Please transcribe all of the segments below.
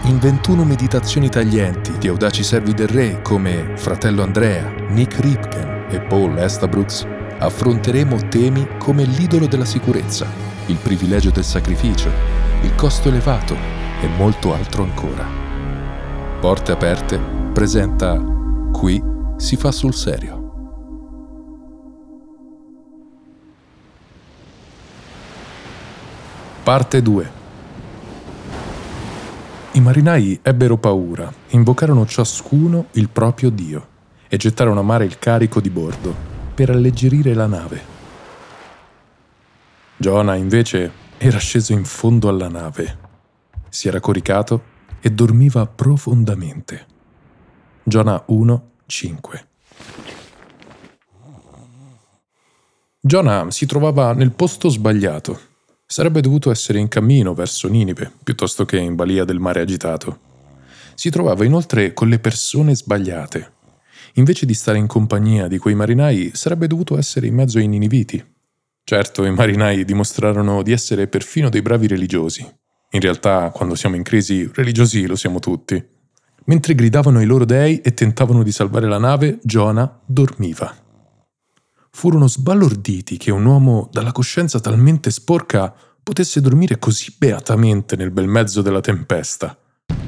In 21 meditazioni taglienti di audaci servi del re come Fratello Andrea, Nick Ripken e Paul Estabrooks, affronteremo temi come l'idolo della sicurezza, il privilegio del sacrificio, il costo elevato e molto altro ancora. Porte Aperte presenta Qui si fa sul serio. Parte 2. I marinai ebbero paura, invocarono ciascuno il proprio dio e gettarono a mare il carico di bordo per alleggerire la nave. Giona, invece, era sceso in fondo alla nave. Si era coricato e dormiva profondamente. Giona 1:5. Giona si trovava nel posto sbagliato. Sarebbe dovuto essere in cammino verso Ninive, piuttosto che in balia del mare agitato. Si trovava inoltre con le persone sbagliate. Invece di stare in compagnia di quei marinai, sarebbe dovuto essere in mezzo ai niniviti. Certo, i marinai dimostrarono di essere perfino dei bravi religiosi. In realtà, quando siamo in crisi, religiosi lo siamo tutti. Mentre gridavano ai loro dei e tentavano di salvare la nave, Giona dormiva. Furono sbalorditi che un uomo dalla coscienza talmente sporca potesse dormire così beatamente nel bel mezzo della tempesta.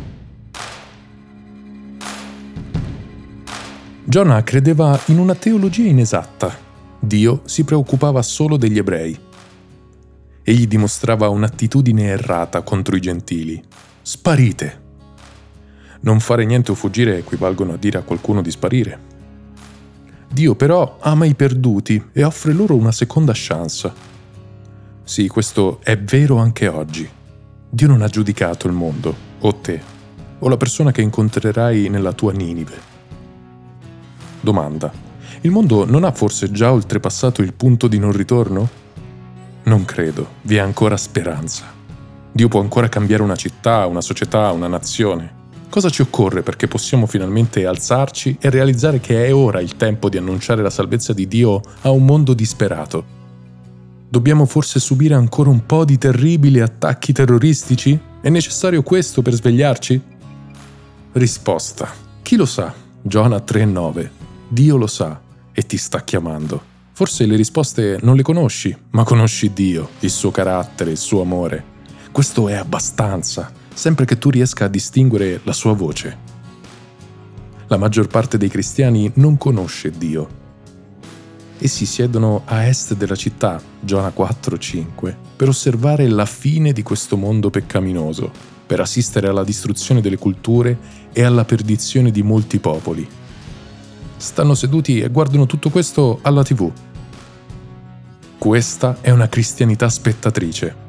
Giona credeva in una teologia inesatta. Dio si preoccupava solo degli ebrei. Egli dimostrava un'attitudine errata contro i gentili. Sparite! Non fare niente o fuggire equivalgono a dire a qualcuno di sparire. Dio però ama i perduti e offre loro una seconda chance. Sì, questo è vero anche oggi. Dio non ha giudicato il mondo, o te, o la persona che incontrerai nella tua Ninive. Domanda: il mondo non ha forse già oltrepassato il punto di non ritorno? Non credo, vi è ancora speranza. Dio può ancora cambiare una città, una società, una nazione. Cosa ci occorre perché possiamo finalmente alzarci e realizzare che è ora il tempo di annunciare la salvezza di Dio a un mondo disperato? Dobbiamo forse subire ancora un po' di terribili attacchi terroristici? È necessario questo per svegliarci? Risposta: chi lo sa? Giona 3:9. Dio lo sa e ti sta chiamando. Forse le risposte non le conosci, ma conosci Dio, il suo carattere, il suo amore. Questo è abbastanza, sempre che tu riesca a distinguere la sua voce. La maggior parte dei cristiani non conosce Dio. Essi siedono a est della città, Giona 4:5, per osservare la fine di questo mondo peccaminoso, per assistere alla distruzione delle culture e alla perdizione di molti popoli. Stanno seduti e guardano tutto questo alla TV. Questa è una cristianità spettatrice.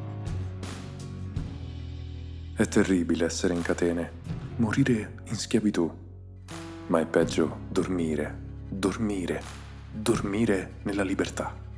È terribile essere in catene, morire in schiavitù, ma è peggio dormire nella libertà.